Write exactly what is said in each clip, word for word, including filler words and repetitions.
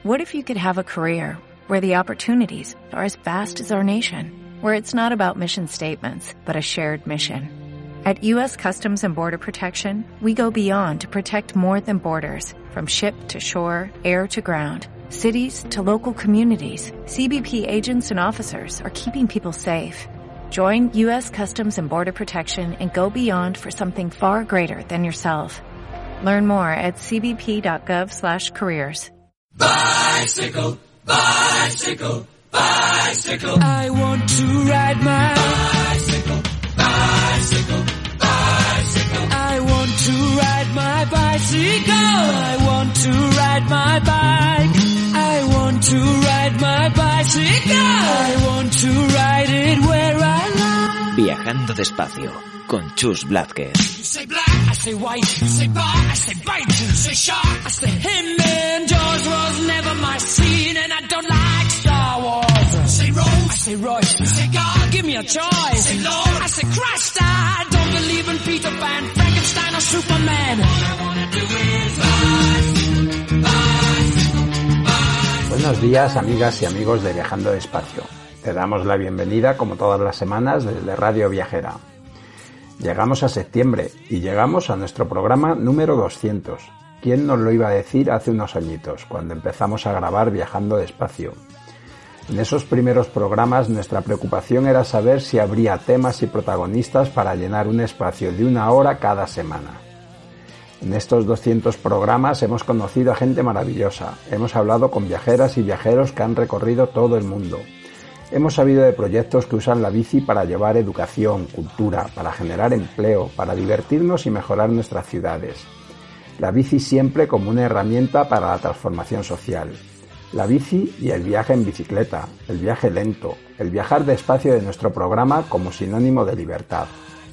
What if you could have a career where the opportunities are as vast as our nation, where it's not about mission statements, but a shared mission? At U S Customs and Border Protection, we go beyond to protect more than borders, from ship to shore, air to ground, cities to local communities. C B P agents and officers are keeping people safe. Join U S Customs and Border Protection and go beyond for something far greater than yourself. Learn more at cbp.gov slash careers. Bicycle, bicycle, bicycle. I want to ride my bicycle, bicycle, bicycle. I want to ride my bicycle. I want to ride my bike. I want to ride my bicycle. I want to ride it where I like. Viajando despacio con Chus Blázquez. Say black, I say white, say bar, I say bite, say shark, I say him, and Jaws was never my scene, and I don't like Star Wars. Say Rose, I say Royce, say God, give me a choice. Say Lord, I say Christ, I don't believe in Peter Pan, Frankenstein or Superman. All I wanna do is bicycle, bicycle, bicycle. Buenos días, amigas y amigos de Viajando Despacio. Te damos la bienvenida, como todas las semanas, desde Radio Viajera. Llegamos a septiembre y llegamos a nuestro programa número doscientos. ¿Quién nos lo iba a decir hace unos añitos, cuando empezamos a grabar Viajando Despacio? En esos primeros programas nuestra preocupación era saber si habría temas y protagonistas para llenar un espacio de una hora cada semana. En estos doscientos programas hemos conocido a gente maravillosa, hemos hablado con viajeras y viajeros que han recorrido todo el mundo. Hemos sabido de proyectos que usan la bici para llevar educación, cultura, para generar empleo, para divertirnos y mejorar nuestras ciudades. La bici siempre como una herramienta para la transformación social. La bici y el viaje en bicicleta, el viaje lento, el viajar despacio de nuestro programa como sinónimo de libertad.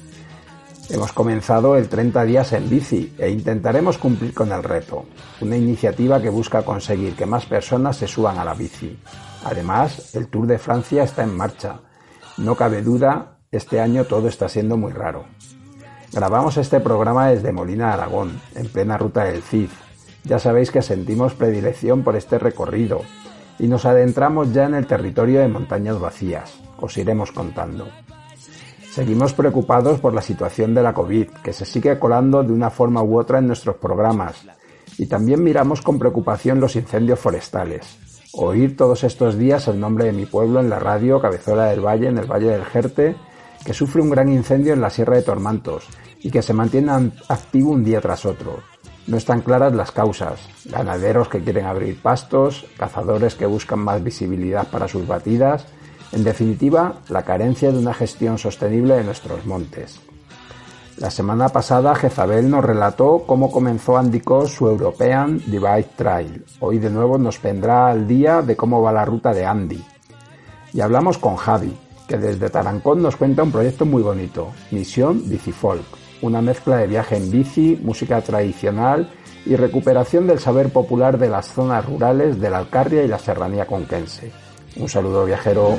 Hemos comenzado el treinta días en bici e intentaremos cumplir con el reto, una iniciativa que busca conseguir que más personas se suban a la bici. Además, el Tour de Francia está en marcha. No cabe duda, este año todo está siendo muy raro. Grabamos este programa desde Molina, Aragón, en plena ruta del Cid. Ya sabéis que sentimos predilección por este recorrido y nos adentramos ya en el territorio de montañas vacías. Os iremos contando. Seguimos preocupados por la situación de la COVID, que se sigue colando de una forma u otra en nuestros programas. Y también miramos con preocupación los incendios forestales. Oír todos estos días el nombre de mi pueblo en la radio Cabezuela del Valle, en el Valle del Jerte, que sufre un gran incendio en la Sierra de Tormantos y que se mantiene activo un día tras otro. No están claras las causas: ganaderos que quieren abrir pastos, cazadores que buscan más visibilidad para sus batidas, en definitiva, la carencia de una gestión sostenible de nuestros montes. La semana pasada Jezabel nos relató cómo comenzó Andy Cos su European Divide Trail. Hoy de nuevo nos vendrá al día de cómo va la ruta de Andy. Y hablamos con Javi, que desde Tarancón nos cuenta un proyecto muy bonito, Misión Bicifolk, una mezcla de viaje en bici, música tradicional y recuperación del saber popular de las zonas rurales de la Alcarria y la Serranía conquense. Un saludo, viajero.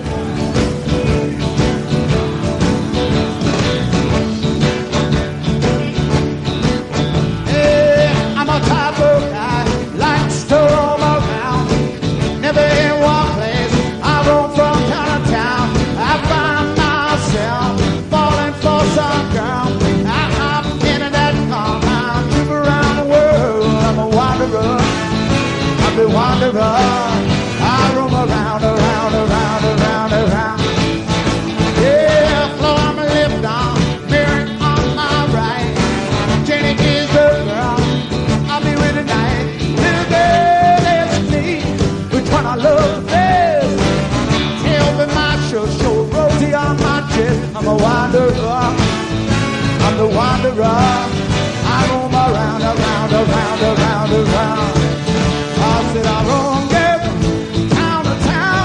I'm a wanderer, I'm the wanderer. I roam around, around, around, around, around. I said I roam, yeah, town to town.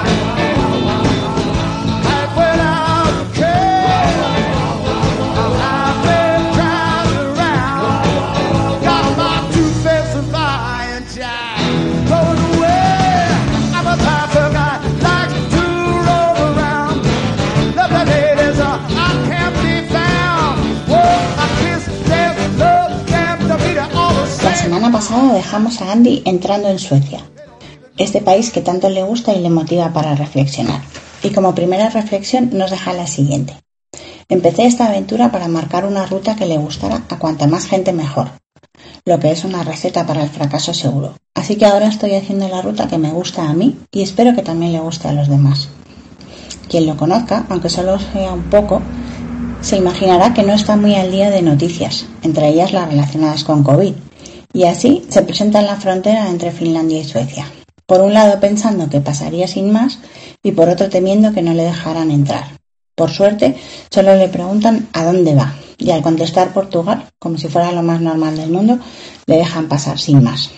Like without a care. I've been driving around. Got my two-face and fire and jive. Going away, I'm a type of guy likes to roll around. Love the ladies, uh, I can't be found. Whoa, I kiss them, love them, the beat all the same. La semana pasada dejamos a Andy entrando en Suecia. este país que tanto le gusta y le motiva para reflexionar. Y como primera reflexión nos deja la siguiente. Empecé esta aventura para marcar una ruta que le gustara a cuanta más gente mejor, lo que es una receta para el fracaso seguro. Así que ahora estoy haciendo la ruta que me gusta a mí y espero que también le guste a los demás. Quien lo conozca, aunque solo sea un poco, se imaginará que no está muy al día de noticias, entre ellas las relacionadas con COVID, y así se presenta en la frontera entre Finlandia y Suecia. Por un lado pensando que pasaría sin más y por otro temiendo que no le dejaran entrar. Por suerte, solo le preguntan a dónde va y al contestar Portugal, como si fuera lo más normal del mundo, le dejan pasar sin más.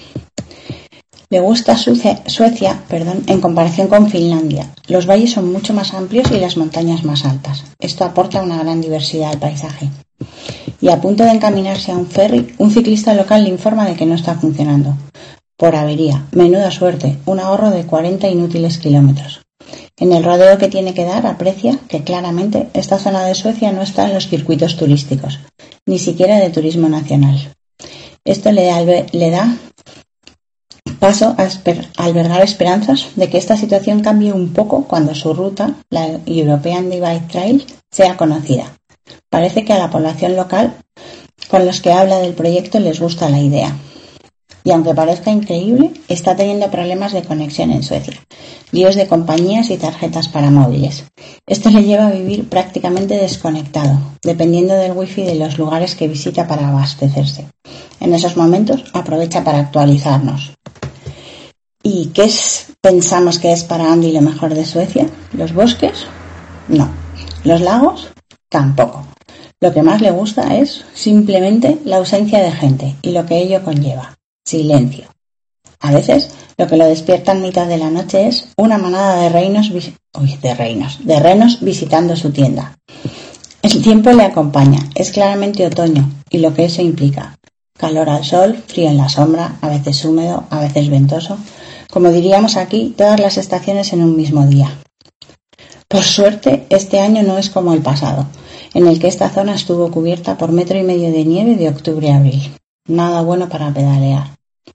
Le gusta Suecia, Suecia perdón, en comparación con Finlandia. Los valles son mucho más amplios y las montañas más altas. Esto aporta una gran diversidad al paisaje. Y a punto de encaminarse a un ferry, un ciclista local le informa de que no está funcionando. Por avería. Menuda suerte. Un ahorro de cuarenta inútiles kilómetros. En el rodeo que tiene que dar, aprecia que claramente esta zona de Suecia no está en los circuitos turísticos, ni siquiera de turismo nacional. Esto le da, le da paso a esper, a albergar esperanzas de que esta situación cambie un poco cuando su ruta, la European Divide Trail, sea conocida. Parece que a la población local con los que habla del proyecto les gusta la idea. Y aunque parezca increíble, está teniendo problemas de conexión en Suecia, líos de compañías y tarjetas para móviles. Esto le lleva a vivir prácticamente desconectado, dependiendo del wifi de los lugares que visita para abastecerse. En esos momentos aprovecha para actualizarnos. ¿Y qué es, pensamos que es para Andy lo mejor de Suecia? ¿Los bosques? No. ¿Los lagos? Tampoco. Lo que más le gusta es simplemente la ausencia de gente y lo que ello conlleva. Silencio. A veces lo que lo despierta en mitad de la noche es una manada de reinos, vis- Uy, de reinos, de renos visitando su tienda. El tiempo le acompaña, es claramente otoño y lo que eso implica. Calor al sol, frío en la sombra, a veces húmedo, a veces ventoso. Como diríamos aquí, todas las estaciones en un mismo día. Por suerte, este año no es como el pasado, en el que esta zona estuvo cubierta por metro y medio de nieve de octubre a abril. Nada bueno para pedalear.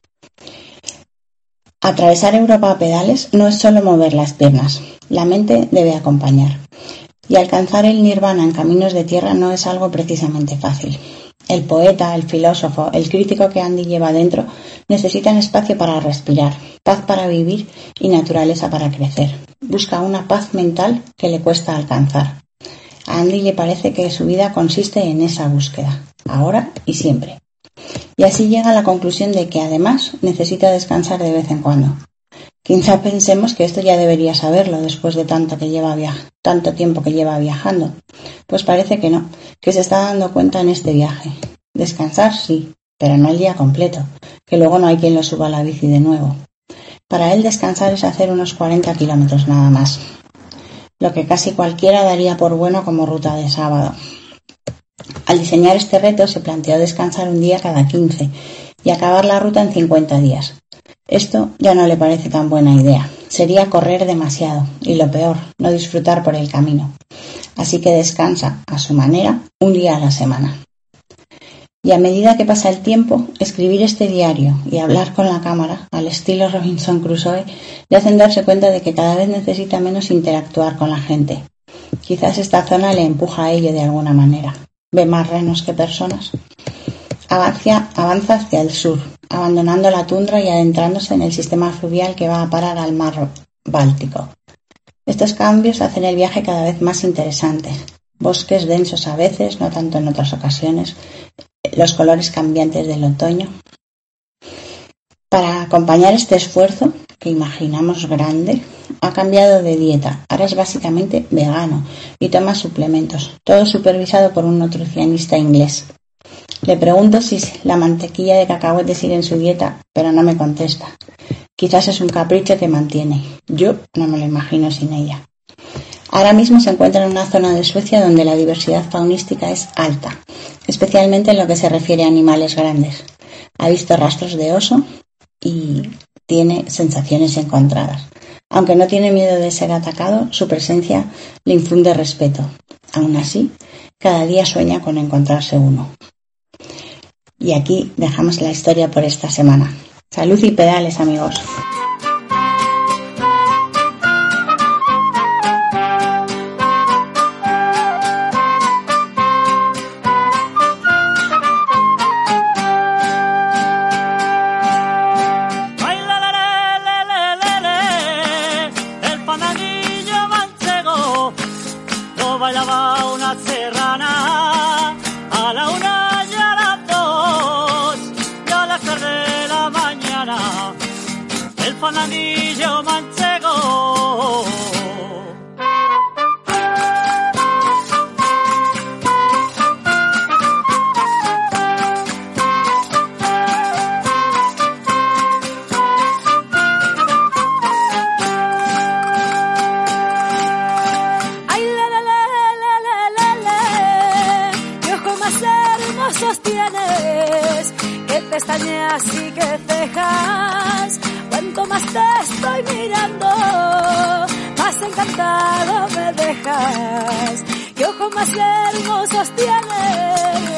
Atravesar Europa a pedales no es solo mover las piernas, la mente debe acompañar. Y alcanzar el nirvana en caminos de tierra no es algo precisamente fácil. El poeta, el filósofo, el crítico que Andy lleva dentro necesitan espacio para respirar, paz para vivir y naturaleza para crecer. Busca una paz mental que le cuesta alcanzar. A Andy le parece que su vida consiste en esa búsqueda, ahora y siempre. Y así llega a la conclusión de que además necesita descansar de vez en cuando. Quizá pensemos que esto ya debería saberlo después de tanto, que lleva via- tanto tiempo que lleva viajando. Pues parece que no, que se está dando cuenta en este viaje. Descansar sí, pero no el día completo, que luego no hay quien lo suba a la bici de nuevo. Para él descansar es hacer unos cuarenta kilómetros nada más, lo que casi cualquiera daría por bueno como ruta de sábado. Al diseñar este reto se planteó descansar un día cada quince y acabar la ruta en cincuenta días. Esto ya no le parece tan buena idea. Sería correr demasiado y, lo peor, no disfrutar por el camino. Así que descansa, a su manera, un día a la semana. Y a medida que pasa el tiempo, escribir este diario y hablar con la cámara, al estilo Robinson Crusoe, le hacen darse cuenta de que cada vez necesita menos interactuar con la gente. Quizás esta zona le empuja a ello de alguna manera. Ve más renos que personas. Avanza, avanza hacia el sur, abandonando la tundra y adentrándose en el sistema fluvial que va a parar al mar Báltico. Estos cambios hacen el viaje cada vez más interesante. Bosques densos a veces, no tanto en otras ocasiones, los colores cambiantes del otoño. Para acompañar este esfuerzo, que imaginamos grande, ha cambiado de dieta. Ahora es básicamente vegano y toma suplementos, todo supervisado por un nutricionista inglés. Le pregunto si la mantequilla de cacahuete sigue en su dieta, pero no me contesta. Quizás es un capricho que mantiene. Yo no me lo imagino sin ella. Ahora mismo se encuentra en una zona de Suecia donde la diversidad faunística es alta, especialmente en lo que se refiere a animales grandes. Ha visto rastros de oso y tiene sensaciones encontradas. Aunque no tiene miedo de ser atacado, su presencia le infunde respeto. Aún así, cada día sueña con encontrarse uno. Y aquí dejamos la historia por esta semana. Salud y pedales, amigos. bailaba una serrana a la una y a las dos y a las tres de la mañana el fandanguillo manchego. Tienes que pestañeas y que cejas, cuanto más te estoy mirando, más encantado me dejas. Qué ojos más hermosos tienes.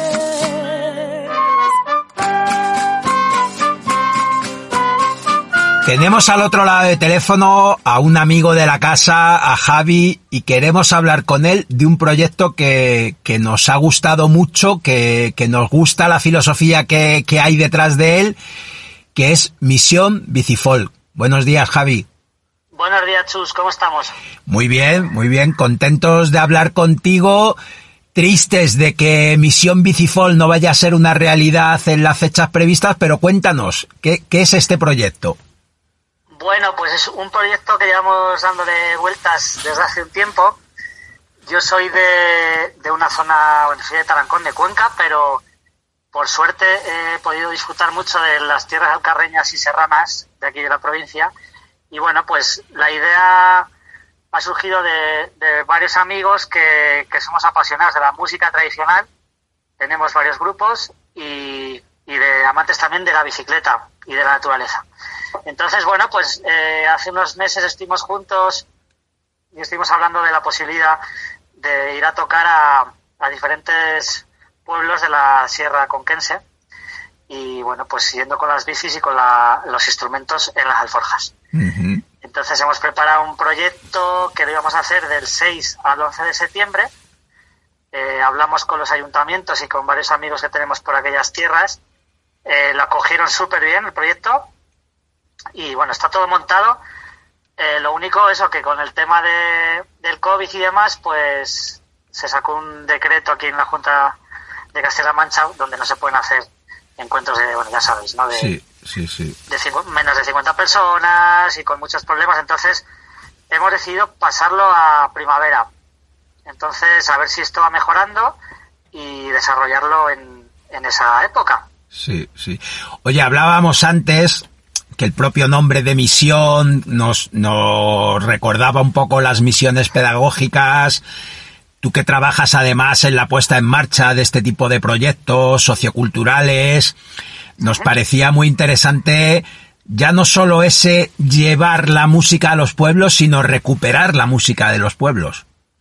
Tenemos al otro lado del teléfono a un amigo de la casa, a Javi, y queremos hablar con él de un proyecto que, que nos ha gustado mucho, que, que nos gusta la filosofía que, que hay detrás de él, que es Misión Bicifolk. Buenos días, Javi. Buenos días, Chus, ¿cómo estamos? Muy bien, muy bien, contentos de hablar contigo, tristes de que Misión Bicifolk no vaya a ser una realidad en las fechas previstas, pero cuéntanos, ¿qué, qué es este proyecto? Bueno, pues es un proyecto que llevamos dándole vueltas desde hace un tiempo. Yo soy de, de una zona, bueno, soy de Tarancón, de Cuenca, pero por suerte he podido disfrutar mucho de las tierras alcarreñas y serranas de aquí de la provincia. Y bueno, pues la idea ha surgido de, de varios amigos que, que somos apasionados de la música tradicional. Tenemos varios grupos y, y de amantes también de la bicicleta y de la naturaleza. Entonces, bueno, pues eh, hace unos meses estuvimos juntos y estuvimos hablando de la posibilidad de ir a tocar a, a diferentes pueblos de la Sierra Conquense y, bueno, pues yendo con las bicis y con la, los instrumentos en las alforjas. Uh-huh. Entonces hemos preparado un proyecto que lo íbamos a hacer del seis al once de septiembre. Eh, hablamos con los ayuntamientos y con varios amigos que tenemos por aquellas tierras. Eh, lo acogieron súper bien el proyecto. Y bueno, está todo montado. Eh, lo único eso que con el tema de, del COVID y demás, pues se sacó un decreto aquí en la Junta de Castilla-La Mancha donde no se pueden hacer encuentros de, bueno, ya sabéis, ¿no? De, sí, sí, sí. De cincu- menos de cincuenta personas y con muchos problemas. Entonces hemos decidido pasarlo a primavera. Entonces a ver si esto va mejorando y desarrollarlo en, en esa época. Sí, sí. Oye, hablábamos antes que el propio nombre de misión nos, nos recordaba un poco las misiones pedagógicas. Tú que trabajas además en la puesta en marcha de este tipo de proyectos socioculturales, nos parecía muy interesante ya no solo ese llevar la música a los pueblos, sino recuperar la música de los pueblos.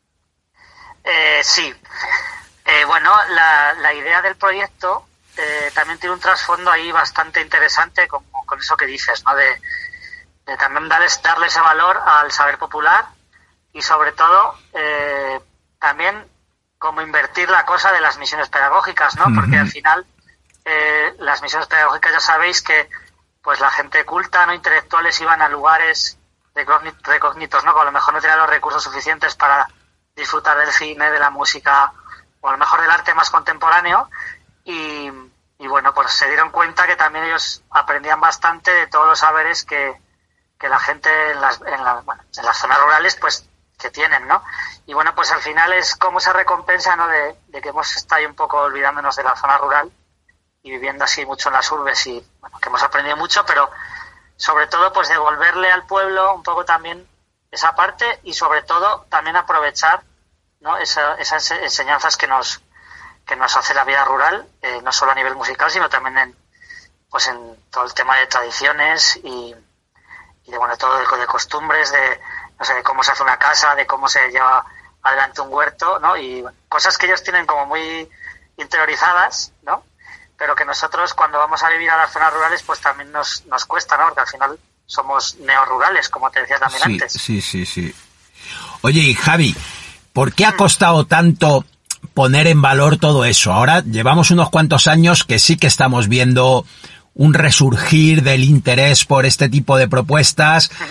Eh, sí. Eh, bueno, la, la idea del proyecto eh, también tiene un trasfondo ahí bastante interesante con, con eso que dices, ¿no? De, de también darles, darle ese valor al saber popular y sobre todo eh, también como invertir la cosa de las misiones pedagógicas, ¿no? Uh-huh. Porque al final eh, las misiones pedagógicas ya sabéis que pues la gente culta, no intelectuales, iban a lugares recógnitos, ¿no? Que a lo mejor no tenían los recursos suficientes para disfrutar del cine, de la música o a lo mejor del arte más contemporáneo y, y bueno, pues se dieron cuenta que también ellos aprendían bastante de todos los saberes que, que la gente en las, en, la, bueno, en las zonas rurales pues que tienen, ¿no? Y bueno, pues al final es como esa recompensa, ¿no? De, de que hemos estado ahí un poco olvidándonos de la zona rural y viviendo así mucho en las urbes y bueno, que hemos aprendido mucho, pero sobre todo pues devolverle al pueblo un poco también esa parte y sobre todo también aprovechar, ¿no? Esa, esas enseñanzas que nos que nos hace la vida rural, eh, no solo a nivel musical sino también en pues en todo el tema de tradiciones y, y de bueno todo de, de costumbres, de no sé, de cómo se hace una casa, de cómo se lleva adelante un huerto, ¿no? Y bueno, cosas que ellos tienen como muy interiorizadas, ¿no? Pero que nosotros cuando vamos a vivir a las zonas rurales pues también nos, nos cuesta, ¿no? Porque al final somos neorurales, como te decía también sí, antes. Sí, sí, sí. Oye, y Javi, ¿por qué ha costado tanto poner en valor todo eso? Ahora llevamos unos cuantos años que sí que estamos viendo un resurgir del interés por este tipo de propuestas, uh-huh.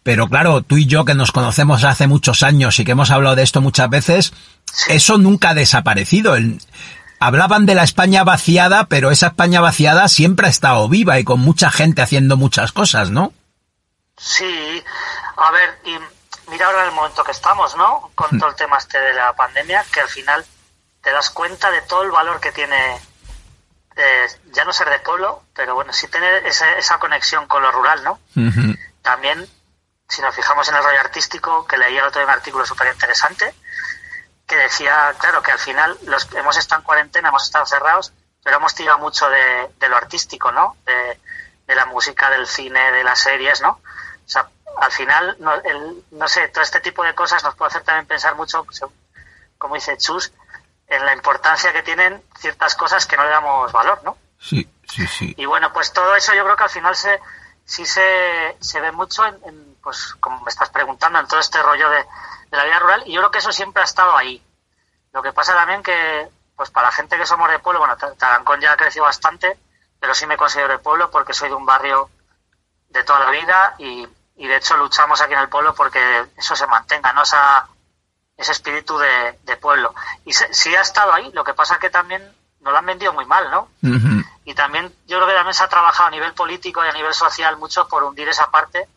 Pero claro, tú y yo que nos conocemos hace muchos años y que hemos hablado de esto muchas veces, sí. Eso nunca ha desaparecido. El, hablaban de la España vaciada, pero esa España vaciada siempre ha estado viva y con mucha gente haciendo muchas cosas, ¿no? Sí, a ver, y mira ahora el momento que estamos, ¿no? Con todo el tema este de la pandemia, que al final te das cuenta de todo el valor que tiene, eh, ya no ser de pueblo, pero bueno, sí tener esa, esa conexión con lo rural, ¿no? Uh-huh. También, si nos fijamos en el rollo artístico, que leí el otro día un artículo súper interesante, que decía, claro, que al final los hemos estado en cuarentena, hemos estado cerrados, pero hemos tirado mucho de, de lo artístico, ¿no? De, de la música, del cine, de las series, ¿no? O sea, al final, no, el, no sé, todo este tipo de cosas nos puede hacer también pensar mucho, como dice Chus, en la importancia que tienen ciertas cosas que no le damos valor, ¿no? Sí, sí, sí. Y bueno, pues todo eso yo creo que al final se sí se, se ve mucho en, en, pues como me estás preguntando, en todo este rollo de, de la vida rural, y yo creo que eso siempre ha estado ahí. Lo que pasa también que, pues para la gente que somos de pueblo, bueno, Tarancón ya ha crecido bastante, pero sí me considero de pueblo porque soy de un barrio de toda la vida y, y de hecho luchamos aquí en el pueblo porque eso se mantenga, ¿no? Esa, ese espíritu de, de pueblo. Y se, sí ha estado ahí, lo que pasa es que también nos lo han vendido muy mal, ¿no? Uh-huh. Y también yo creo que también se ha trabajado a nivel político y a nivel social mucho por hundir esa parte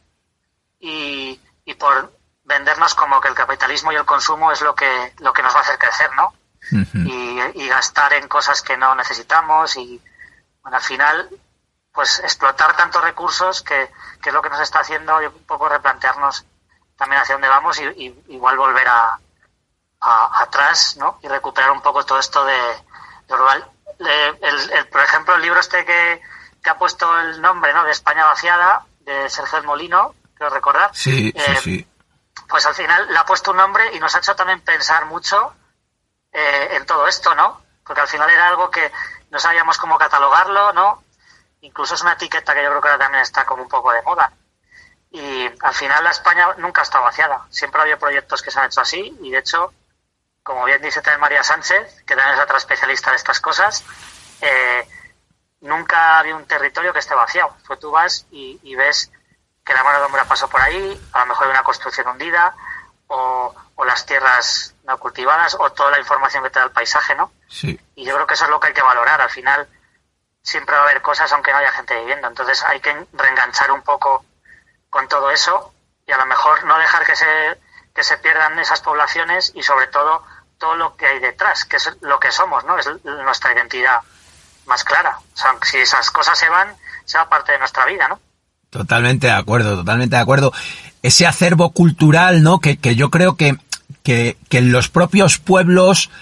y, y por vendernos como que el capitalismo y el consumo es lo que lo que nos va a hacer crecer, ¿no? Uh-huh. Y, y gastar en cosas que no necesitamos y, bueno, al final, pues explotar tantos recursos que, que es lo que nos está haciendo un poco replantearnos también hacia dónde vamos y, y igual volver a, a atrás, ¿no? Y recuperar un poco todo esto de, de rural. El, el, el, por ejemplo, el libro este que, que ha puesto el nombre, ¿no? De España vaciada, de Sergio Molino, creo recordar. Sí, eh, sí, sí. Pues al final le ha puesto un nombre y nos ha hecho también pensar mucho eh, en todo esto, ¿no? Porque al final era algo que no sabíamos cómo catalogarlo, ¿no? Incluso es una etiqueta que yo creo que ahora también está como un poco de moda. Y al final la España nunca ha estado vaciada. Siempre ha habido proyectos que se han hecho así y de hecho, como bien dice también María Sánchez, que también es otra especialista de estas cosas, eh, nunca ha habido un territorio que esté vaciado. Pues tú vas y, y ves que la mano de obra pasó por ahí, a lo mejor hay una construcción hundida, o, o las tierras no cultivadas, o toda la información que te da el paisaje, ¿no? Sí. Y yo creo que eso es lo que hay que valorar. Al final siempre va a haber cosas aunque no haya gente viviendo. Entonces hay que reenganchar un poco con todo eso y a lo mejor no dejar que se que se pierdan esas poblaciones y sobre todo todo lo que hay detrás, que es lo que somos, ¿no? Es nuestra identidad más clara. O sea, si esas cosas se van, se va parte de nuestra vida, ¿no? Totalmente de acuerdo, totalmente de acuerdo. Ese acervo cultural, ¿no? Que, que yo creo que, que, que los propios pueblos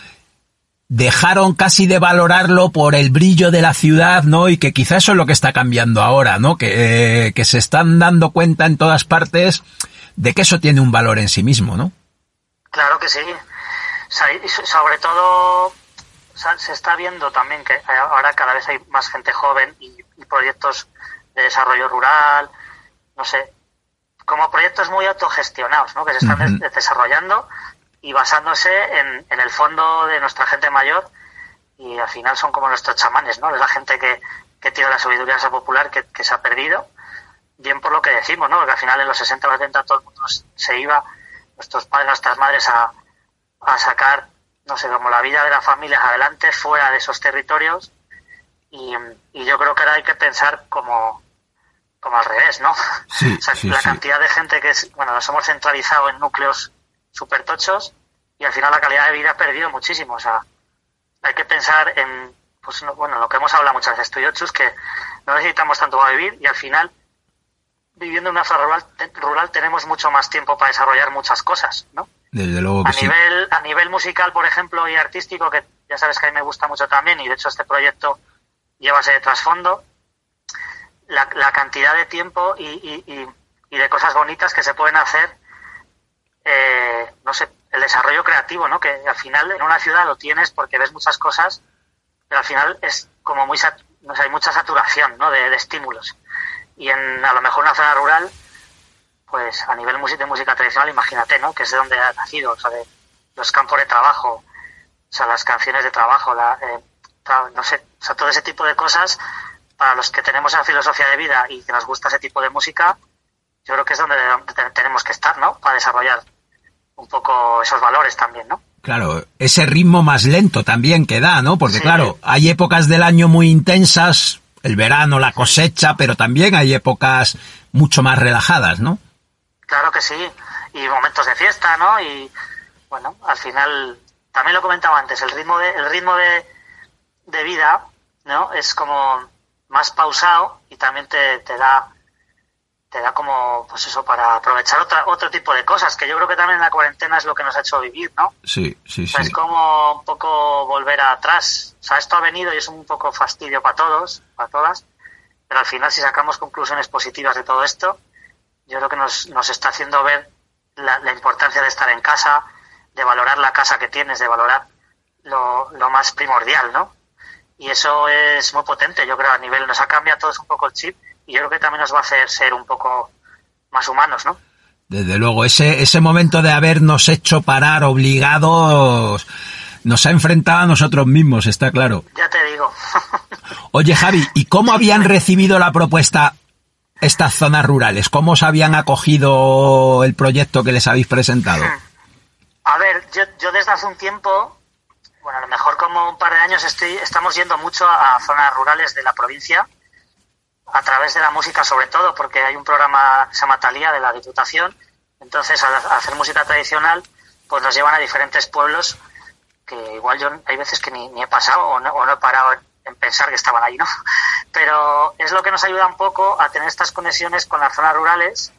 dejaron casi de valorarlo por el brillo de la ciudad, ¿no? Y que quizá eso es lo que está cambiando ahora, ¿no? Que, eh, que se están dando cuenta en todas partes de que eso tiene un valor en sí mismo, ¿no? Claro que sí. O sea, y sobre todo, o sea, se está viendo también que ahora cada vez hay más gente joven y, y proyectos de desarrollo rural, no sé, como proyectos muy autogestionados, ¿no? Que se están uh-huh. des- desarrollando y basándose en, en el fondo de nuestra gente mayor y al final son como nuestros chamanes, ¿no? Es la gente que, que tiene la sabiduría esa popular que, que se ha perdido, bien por lo que decimos, ¿no? Porque al final en los sesenta, los setenta todo el mundo se iba, nuestros padres, nuestras madres a, a sacar, no sé, como la vida de las familias adelante fuera de esos territorios y, y yo creo que ahora hay que pensar como como al revés, ¿no? Sí, o sea, sí, la sí. cantidad de gente que es, bueno, nos hemos centralizado en núcleos súper tochos y al final la calidad de vida ha perdido muchísimo. O sea, hay que pensar en, pues no, bueno, lo que hemos hablado muchas veces tú y yo, Chus, que no necesitamos tanto para vivir y al final, viviendo en una zona rural, rural tenemos mucho más tiempo para desarrollar muchas cosas, ¿no? Desde luego que a sí. nivel, a nivel musical, por ejemplo, y artístico, que ya sabes que a mí me gusta mucho también y de hecho este proyecto lleva ese trasfondo, la, la cantidad de tiempo y, y, y, y de cosas bonitas que se pueden hacer, eh, no sé, el desarrollo creativo, ¿no? Que al final en una ciudad lo tienes porque ves muchas cosas, pero al final es como muy, sat- no sé, hay mucha saturación, ¿no? De, de estímulos. Y en a lo mejor una zona rural, pues a nivel de música tradicional, imagínate, ¿no? Que es de donde ha nacido, o sea, de los campos de trabajo, o sea, las canciones de trabajo, la, eh, tra- no sé, o sea, todo ese tipo de cosas. Para los que tenemos esa filosofía de vida y que nos gusta ese tipo de música, yo creo que es donde tenemos que estar, ¿no? Para desarrollar un poco esos valores también, ¿no? Claro, ese ritmo más lento también que da, ¿no? Porque sí. claro, hay épocas del año muy intensas, el verano, la cosecha, pero también hay épocas mucho más relajadas, ¿no? Claro que sí, y momentos de fiesta, ¿no? Y bueno, al final, también lo comentaba antes, el ritmo de, el ritmo de, de vida, ¿no? Es como más pausado y también te, te da te da como, pues eso, para aprovechar otra, otro tipo de cosas, que yo creo que también la cuarentena es lo que nos ha hecho vivir, ¿no? Sí, sí, o sea, sí. Es como un poco volver atrás. O sea, esto ha venido y es un poco fastidio para todos, para todas, pero al final si sacamos conclusiones positivas de todo esto, yo creo que nos, nos está haciendo ver la, la importancia de estar en casa, de valorar la casa que tienes, de valorar lo, lo más primordial, ¿no? Y eso es muy potente, yo creo, a nivel, nos ha cambiado a todos un poco el chip, y yo creo que también nos va a hacer ser un poco más humanos, ¿no? Desde luego, ese ese momento de habernos hecho parar obligados nos ha enfrentado a nosotros mismos, está claro. Ya te digo. Oye, Javi, ¿y cómo habían recibido la propuesta estas zonas rurales? ¿Cómo os habían acogido el proyecto que les habéis presentado? A ver, yo, yo desde hace un tiempo, bueno, a lo mejor como un par de años estoy, estamos yendo mucho a zonas rurales de la provincia, a través de la música sobre todo, porque hay un programa que se llama Talía de la Diputación, entonces al hacer música tradicional pues nos llevan a diferentes pueblos que igual yo hay veces que ni, ni he pasado o no, o no he parado en, en pensar que estaban ahí, ¿no? Pero es lo que nos ayuda un poco a tener estas conexiones con las zonas rurales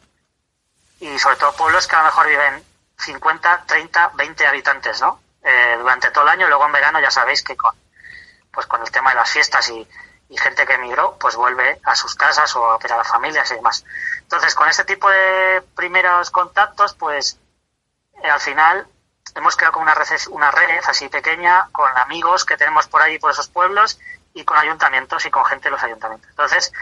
y sobre todo pueblos que a lo mejor viven cincuenta, treinta, veinte habitantes, ¿no? Eh, durante todo el año, luego en verano ya sabéis que con, pues con el tema de las fiestas y y gente que emigró, pues vuelve a sus casas o a ver a las familias y demás. Entonces, con este tipo de primeros contactos, pues eh, al final hemos creado como una red, una red así pequeña con amigos que tenemos por ahí, por esos pueblos, y con ayuntamientos y con gente de los ayuntamientos. Entonces,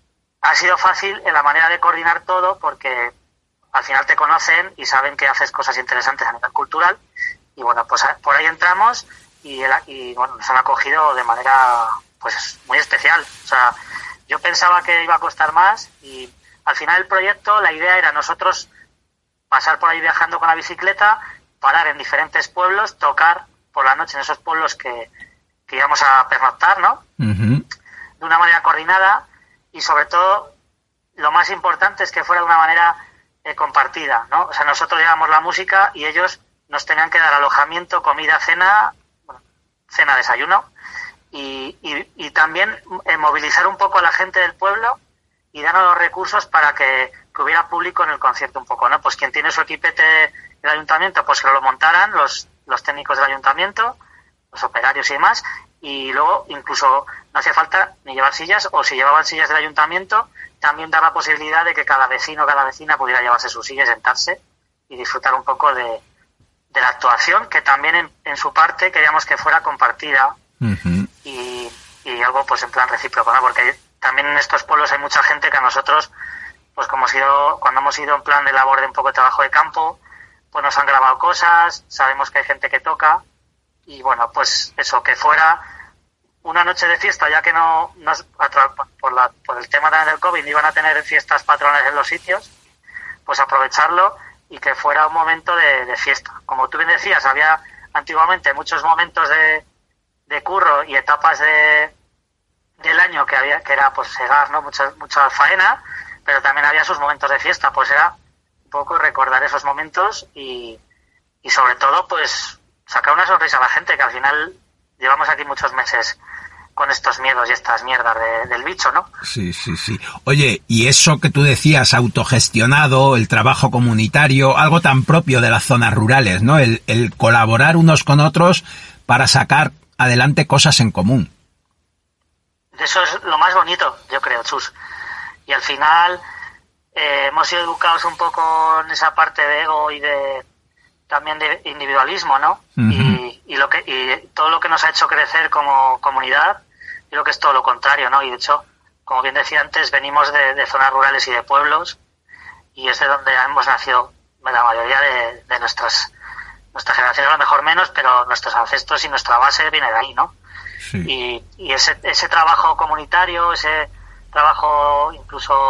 ha sido fácil en la manera de coordinar todo porque al final te conocen y saben que haces cosas interesantes a nivel cultural y bueno, pues por ahí entramos y, el, y bueno, nos han acogido de manera pues muy especial. O sea, yo pensaba que iba a costar más y al final el proyecto, la idea era nosotros pasar por ahí viajando con la bicicleta, parar en diferentes pueblos, tocar por la noche en esos pueblos que, que íbamos a pernoctar, ¿no? Uh-huh. De una manera coordinada y sobre todo lo más importante es que fuera de una manera eh, compartida, ¿no? O sea, nosotros llevamos la música y ellos nos tenían que dar alojamiento, comida, cena, bueno, cena, desayuno. Y, y, y también eh, movilizar un poco a la gente del pueblo y darnos los recursos para que, que hubiera público en el concierto un poco, ¿no? Pues quien tiene su equipete del ayuntamiento, pues que lo montaran los, los técnicos del ayuntamiento, los operarios y demás, y luego incluso no hacía falta ni llevar sillas, o si llevaban sillas del ayuntamiento, también dar la posibilidad de que cada vecino o cada vecina pudiera llevarse su silla y sentarse y disfrutar un poco de, de la actuación, que también en, en su parte queríamos que fuera compartida. Uh-huh. y, y algo pues en plan recíproco, ¿no? Porque también en estos pueblos hay mucha gente que a nosotros, pues como hemos ido, cuando hemos ido en plan de labor de un poco de trabajo de campo, pues nos han grabado cosas, sabemos que hay gente que toca y bueno, pues eso, que fuera una noche de fiesta, ya que no, no por, la, por el tema también del COVID iban a tener fiestas patronales en los sitios, pues aprovecharlo y que fuera un momento de, de fiesta. Como tú bien decías, había antiguamente muchos momentos de de curro y etapas de del año que había que era pues segar, ¿no? Mucha, mucha faena, pero también había sus momentos de fiesta, pues era un poco recordar esos momentos y, y sobre todo pues sacar una sonrisa a la gente, que al final llevamos aquí muchos meses con estos miedos y estas mierdas de, del bicho, ¿no? Sí, sí, sí. Oye, y eso que tú decías, autogestionado, el trabajo comunitario, algo tan propio de las zonas rurales, ¿no? El, el colaborar unos con otros para sacar adelante cosas en común. Eso es lo más bonito, yo creo, Chus. Y al final eh, hemos sido educados un poco en esa parte de ego y de también de individualismo, ¿no? Uh-huh. Y, y lo que y todo lo que nos ha hecho crecer como comunidad, yo creo que es todo lo contrario, ¿no? Y de hecho, como bien decía antes, venimos de, de zonas rurales y de pueblos y es de donde hemos nacido la mayoría de, de nuestras nuestra generación, a lo mejor menos, pero nuestros ancestros y nuestra base viene de ahí, ¿no? Sí. Y, y ese, ese trabajo comunitario, ese trabajo incluso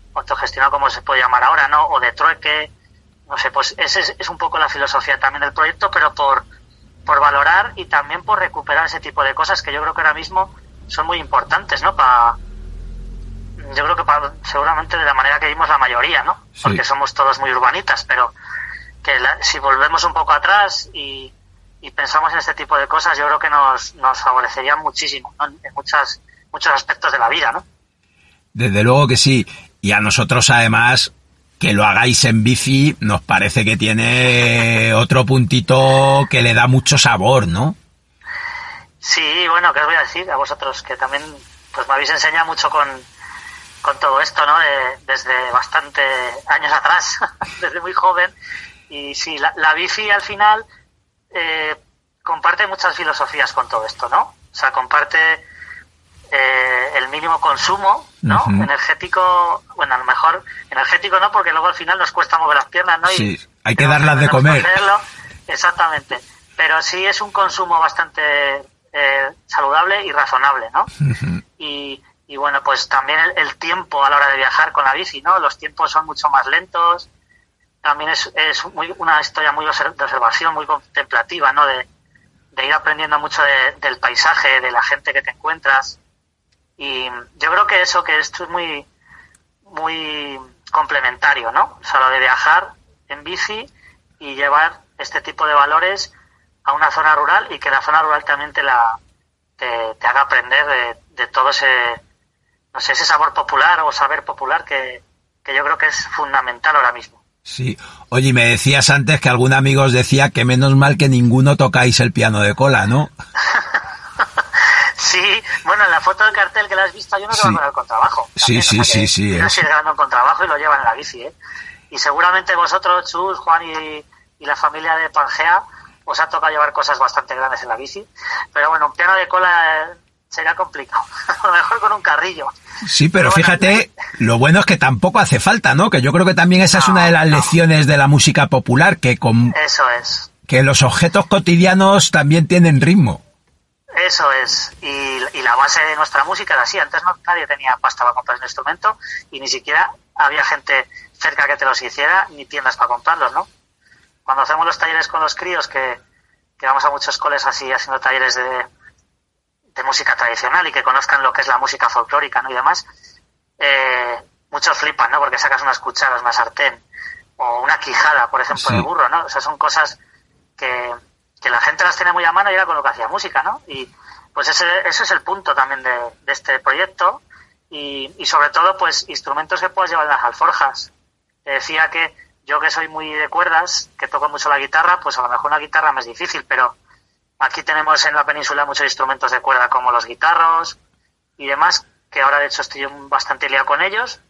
autogestionado, como se puede llamar ahora, ¿no? O de trueque, no sé, pues ese es, es un poco la filosofía también del proyecto, pero por, por valorar y también por recuperar ese tipo de cosas que yo creo que ahora mismo son muy importantes, ¿no? Para, yo creo que para, seguramente de la manera que vimos la mayoría, ¿no? Sí. Porque somos todos muy urbanitas, pero que la, si volvemos un poco atrás y, y pensamos en este tipo de cosas, yo creo que nos, nos favorecería muchísimo, ¿no? En muchas, muchos aspectos de la vida, ¿no? Desde luego que sí. Y a nosotros, además, que lo hagáis en bici, nos parece que tiene otro puntito que le da mucho sabor, ¿no? Sí, bueno, ¿qué os voy a decir? A vosotros, que también pues me habéis enseñado mucho con, con todo esto, ¿no? De, desde bastante años atrás, desde muy joven. Y sí, la, la bici al final eh, comparte muchas filosofías con todo esto, ¿no? O sea, comparte eh, el mínimo consumo, ¿no? Uh-huh. Energético, bueno, a lo mejor energético no, porque luego al final nos cuesta mover las piernas, ¿no? Y sí, hay que darlas de comer. Hacerlo. Exactamente. Pero sí es un consumo bastante eh, saludable y razonable, ¿no? Uh-huh. Y, y bueno, pues también el, el tiempo a la hora de viajar con la bici, ¿no? Los tiempos son mucho más lentos. También es, es muy, una historia muy de observación, muy contemplativa, ¿no? De, de ir aprendiendo mucho de, del paisaje, de la gente que te encuentras. Y yo creo que eso, que esto es muy, muy complementario, ¿no? O sea, lo de viajar en bici y llevar este tipo de valores a una zona rural y que la zona rural también te la te, te haga aprender de, de todo ese, no sé, ese sabor popular o saber popular que, que yo creo que es fundamental ahora mismo. Sí. Oye, me decías antes que algún amigo os decía que menos mal que ninguno tocáis el piano de cola, ¿no? Sí, bueno, en la foto del cartel que la has visto, yo no tengo sí. con el contrabajo. También, sí, sí, o sea sí, sí. Ellos siguen grabando un contrabajo y lo llevan en la bici, ¿eh? Y seguramente vosotros, Chus, Juan y, y la familia de Pangea, os ha tocado llevar cosas bastante grandes en la bici. Pero bueno, un piano de cola eh, sería complicado. A lo mejor con un carrillo. Sí, pero, pero fíjate, bueno, lo bueno es que tampoco hace falta, ¿no? Que yo creo que también esa no, es una de las no. lecciones de la música popular, que con eso es. Que los objetos cotidianos también tienen ritmo. Eso es. Y, y la base de nuestra música era así. Antes no nadie tenía pasta para comprar un instrumento y ni siquiera había gente cerca que te los hiciera, ni tiendas para comprarlos, ¿no? Cuando hacemos los talleres con los críos, que, que vamos a muchos coles así haciendo talleres de de música tradicional y que conozcan lo que es la música folclórica, ¿no? Y demás, eh, muchos flipan, ¿no? Porque sacas unas cucharas, una sartén o una quijada, por ejemplo, sí. de burro, ¿no? O sea, son cosas que, que la gente las tiene muy a mano y era con lo que hacía música, ¿no? Y pues ese, ese es el punto también de, de este proyecto y, y sobre todo, pues, instrumentos que puedas llevar en las alforjas. Te decía que yo que soy muy de cuerdas, que toco mucho la guitarra, pues a lo mejor una guitarra me es difícil, pero aquí tenemos en la península muchos instrumentos de cuerda como los guitarros y demás, que ahora de hecho estoy bastante liado con ellos.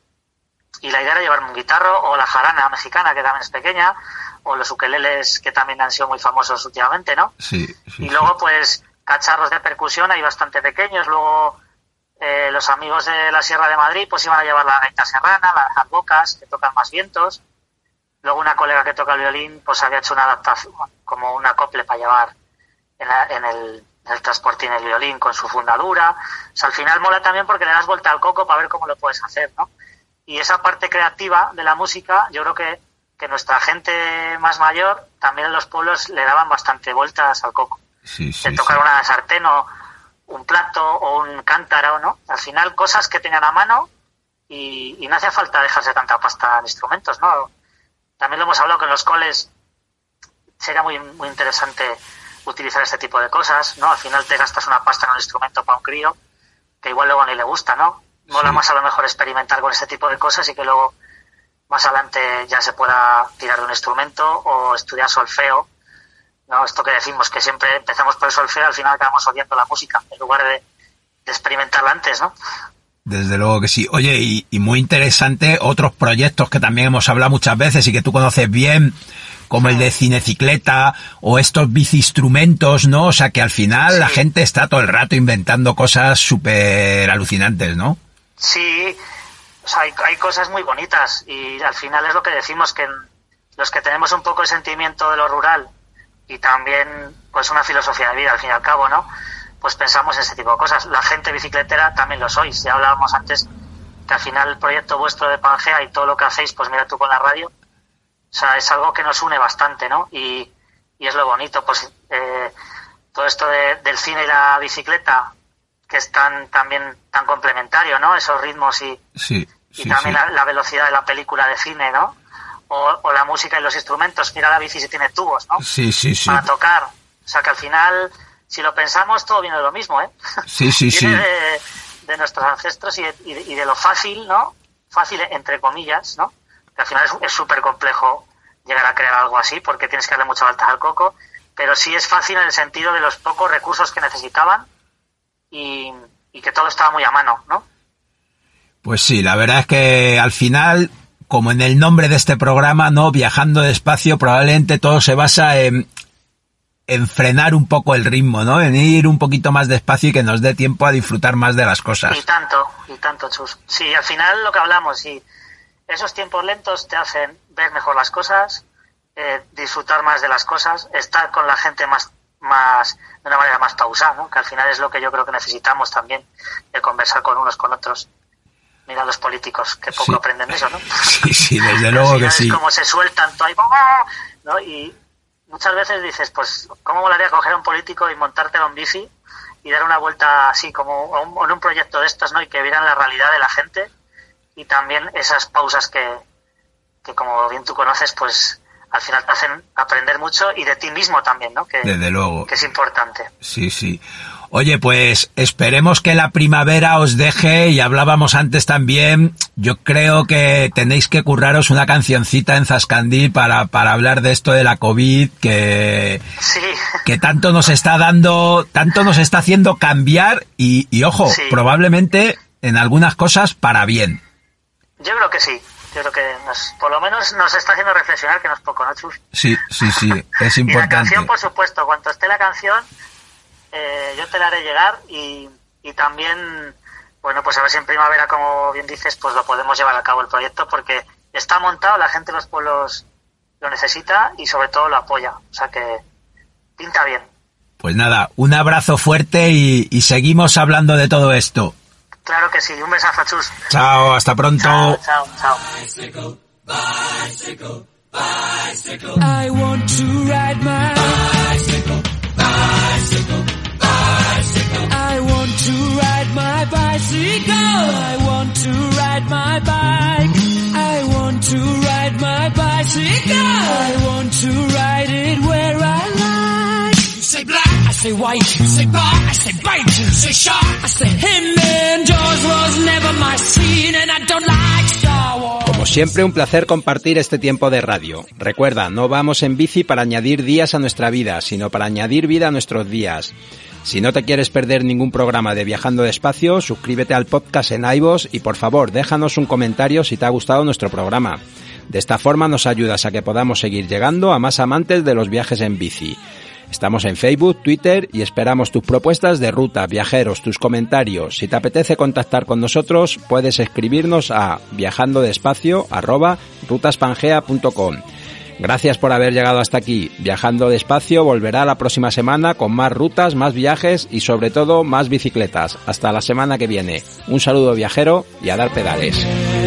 Y la idea era llevarme un guitarro o la jarana mexicana, que también es pequeña, o los ukeleles, que también han sido muy famosos últimamente, ¿no? Sí. sí y luego, pues, cacharros de percusión hay bastante pequeños. Luego, eh, los amigos de la Sierra de Madrid, pues iban a llevar la gaita serrana, las bocas, que tocan más vientos. Luego una colega que toca el violín, pues había hecho una adaptación, como un acople para llevar en, la, en el, el transportín el violín con su fundadura. O sea, al final mola también porque le das vuelta al coco para ver cómo lo puedes hacer, ¿no? Y esa parte creativa de la música, yo creo que, que nuestra gente más mayor, también en los pueblos le daban bastante vueltas al coco. Sí, sí, de tocar sí. una sartén o un plato o un cántaro, ¿no? Al final cosas que tenían a mano y, y no hacía falta dejarse tanta pasta en instrumentos, ¿no? También lo hemos hablado que en los coles sería muy, muy interesante utilizar este tipo de cosas, ¿no? Al final te gastas una pasta en un instrumento para un crío que igual luego ni le gusta, ¿no? Mola sí. más a lo mejor experimentar con este tipo de cosas y que luego más adelante ya se pueda tirar de un instrumento o estudiar solfeo, ¿no? Esto que decimos, que siempre empezamos por el solfeo, al final acabamos odiando la música en lugar de, de experimentarla antes, ¿no? Desde luego que sí. Oye, y, y muy interesante otros proyectos que también hemos hablado muchas veces y que tú conoces bien, como el de cinecicleta o estos biciinstrumentos, ¿no? O sea, que al final sí. la gente está todo el rato inventando cosas súper alucinantes, ¿no? Sí, o sea, hay, hay cosas muy bonitas y al final es lo que decimos, que los que tenemos un poco el sentimiento de lo rural y también pues una filosofía de vida al fin y al cabo, ¿no? Pues pensamos en ese tipo de cosas. La gente bicicletera también lo sois. Ya hablábamos antes que al final el proyecto vuestro de Pangea y todo lo que hacéis, pues mira tú con la radio, o sea, es algo que nos une bastante, ¿no? Y, y es lo bonito, pues eh, todo esto de, del cine y la bicicleta, que es tan también tan complementario, ¿no? Esos ritmos y, sí, sí, y también sí. La, la velocidad de la película de cine, ¿no? O, o la música y los instrumentos. Mira la bici si tiene tubos, ¿no? Sí, sí, sí. Para tocar. O sea que al final, si lo pensamos, todo viene de lo mismo, ¿eh? Sí, sí, sí. Viene de, de nuestros ancestros y de, y, de, y de lo fácil, ¿no? Fácil entre comillas, ¿no? Que al final es súper complejo llegar a crear algo así porque tienes que darle mucha vuelta al coco, pero sí es fácil en el sentido de los pocos recursos que necesitaban y, y que todo estaba muy a mano, ¿no? Pues sí, la verdad es que al final, como en el nombre de este programa, ¿no? Viajando despacio, probablemente todo se basa en, en frenar un poco el ritmo, ¿no? En ir un poquito más despacio y que nos dé tiempo a disfrutar más de las cosas. Y tanto, y tanto, Chus. Sí, al final lo que hablamos, sí, esos tiempos lentos te hacen ver mejor las cosas, eh, disfrutar más de las cosas, estar con la gente más, más, de una manera más pausada, ¿no? Que al final es lo que yo creo que necesitamos también, de conversar con unos con otros. Mira los políticos, que poco sí. aprenden de eso, ¿no? Sí, sí, desde luego que sí. Es como se sueltan todo ahí, ¿no? Y muchas veces dices, pues, ¿cómo molaría coger a un político y montártelo en bici y dar una vuelta así, como en un proyecto de estos, ¿no? Y que vieran la realidad de la gente y también esas pausas que, que como bien tú conoces, pues, al final te hacen aprender mucho y de ti mismo también, ¿no? Que, desde luego. Que es importante. Sí, sí. Oye, pues esperemos que la primavera os deje, y hablábamos antes también, yo creo que tenéis que curraros una cancioncita en Zascandil para, para hablar de esto de la COVID, que, sí. que tanto nos está dando, tanto nos está haciendo cambiar y, y ojo, sí. probablemente en algunas cosas para bien. Yo creo que sí. Yo creo que nos, por lo menos nos está haciendo reflexionar, que no es poco, ¿no, Chus? Sí, sí, sí, es importante. Y la canción, por supuesto, cuando esté la canción, eh, yo te la haré llegar y, y también, bueno, pues a ver si en primavera, como bien dices, pues lo podemos llevar a cabo el proyecto, porque está montado, la gente de los pueblos lo necesita y sobre todo lo apoya, o sea que pinta bien. Pues nada, un abrazo fuerte y, y seguimos hablando de todo esto. Claro que sí, un besazo, Chus. Chao, hasta pronto. Chao, chao, chao. Bicycle, bicycle, bicycle. I want to ride my bicycle, bicycle, bicycle. I want to ride my bicycle. I want to ride my bike. I want to ride my bicycle. I want to ride it where I like. You say black, I say white. You say bar, I say bite. You say shark, I say him. And Jaws was never my scene, and I don't like Star Wars. Como siempre, un placer compartir este tiempo de radio. Recuerda, no vamos en bici para añadir días a nuestra vida, sino para añadir vida a nuestros días. Si no te quieres perder ningún programa de Viajando Despacio, suscríbete al podcast en iVoox y por favor, déjanos un comentario si te ha gustado nuestro programa. De esta forma nos ayudas a que podamos seguir llegando a más amantes de los viajes en bici. Estamos en Facebook, Twitter y esperamos tus propuestas de ruta, viajeros, tus comentarios. Si te apetece contactar con nosotros, puedes escribirnos a viajandodespacio arroba rutaspangea punto com. Gracias por haber llegado hasta aquí. Viajando Despacio volverá la próxima semana con más rutas, más viajes y sobre todo más bicicletas. Hasta la semana que viene. Un saludo viajero y a dar pedales.